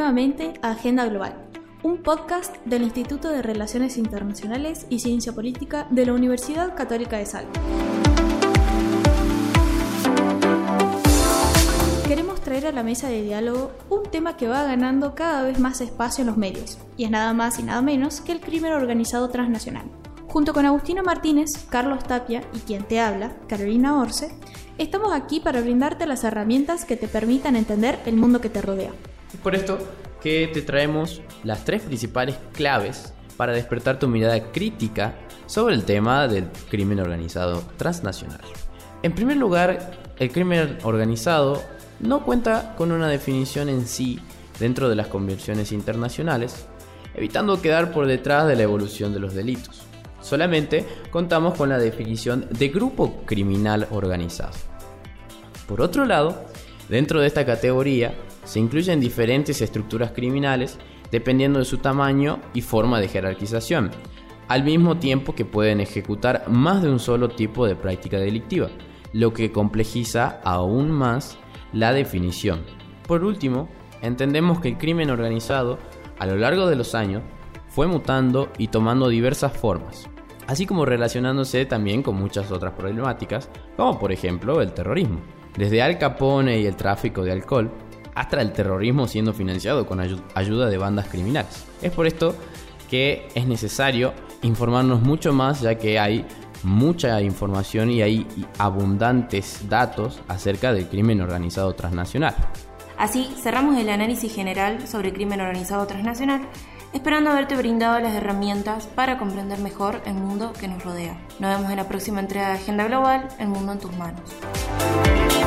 nuevamente a Agenda Global, un podcast del Instituto de Relaciones Internacionales y Ciencia Política de la Universidad Católica de Salta. Queremos traer a la mesa de diálogo un tema que va ganando cada vez más espacio en los medios, y es nada más y nada menos que el crimen organizado transnacional. Junto con Agustina Martínez, Carlos Tapia y quien te habla, Carolina Orce, estamos aquí para brindarte las herramientas que te permitan entender el mundo que te rodea. Es por esto que te traemos las 3 principales claves para despertar tu mirada crítica sobre el tema del crimen organizado transnacional. En primer lugar, el crimen organizado no cuenta con una definición en sí dentro de las convenciones internacionales, evitando quedar por detrás de la evolución de los delitos. Solamente contamos con la definición de grupo criminal organizado. Por otro lado, dentro de esta categoría se incluyen diferentes estructuras criminales dependiendo de su tamaño y forma de jerarquización, al mismo tiempo que pueden ejecutar más de un solo tipo de práctica delictiva, lo que complejiza aún más la definición. Por último, entendemos que el crimen organizado, a lo largo de los años, fue mutando y tomando diversas formas, así como relacionándose también con muchas otras problemáticas, como por ejemplo el terrorismo. Desde Al Capone y el tráfico de alcohol, hasta el terrorismo siendo financiado con ayuda de bandas criminales. Es por esto que es necesario informarnos mucho más, ya que hay mucha información y hay abundantes datos acerca del crimen organizado transnacional. Así, cerramos el análisis general sobre crimen organizado transnacional, esperando haberte brindado las herramientas para comprender mejor el mundo que nos rodea. Nos vemos en la próxima entrega de Agenda Global, El Mundo en tus Manos.